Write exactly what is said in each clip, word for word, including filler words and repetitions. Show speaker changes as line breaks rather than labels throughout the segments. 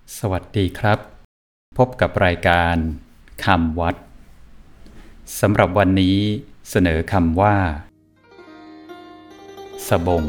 สวัสดีครับพบกับรายการคำวัดสำหรับวันนี้เสนอคำว่าสบง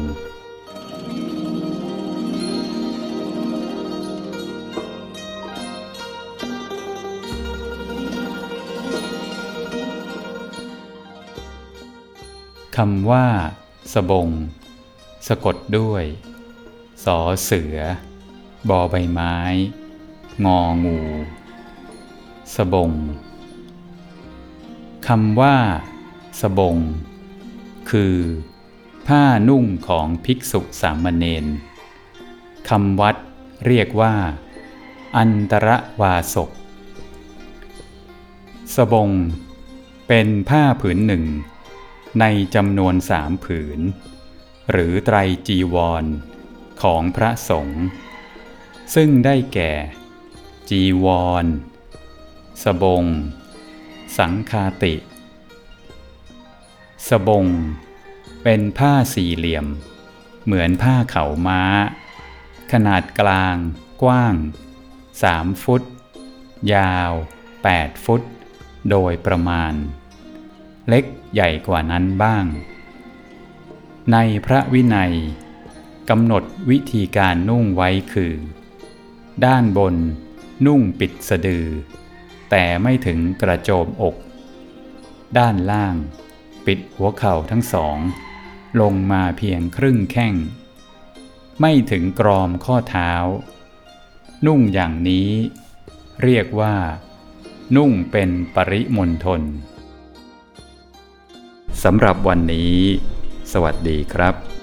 คำว่าสบงสะกดด้วยสอเสือบอใบไม้งองูสบงคำว่าสบงคือผ้านุ่งของภิกษุสามเณรคำวัดเรียกว่าอันตรวาสกสบงเป็นผ้าผืนหนึ่งในจำนวนสามผืนหรือไตรจีวรของพระสงฆ์ซึ่งได้แก่จีวรสบงสังฆาติสบงเป็นผ้าสี่เหลี่ยมเหมือนผ้าเข่าม้าขนาดกลางกว้างสามฟุตยาวแปดฟุตโดยประมาณเล็กใหญ่กว่านั้นบ้างในพระวินัยกำหนดวิธีการนุ่งไว้คือด้านบนนุ่งปิดสะดือแต่ไม่ถึงกระโจมอกด้านล่างปิดหัวเข่าทั้งสองลงมาเพียงครึ่งแข้งไม่ถึงกรอมข้อเท้านุ่งอย่างนี้เรียกว่านุ่งเป็นปริมณฑลสำหรับวันนี้สวัสดีครับ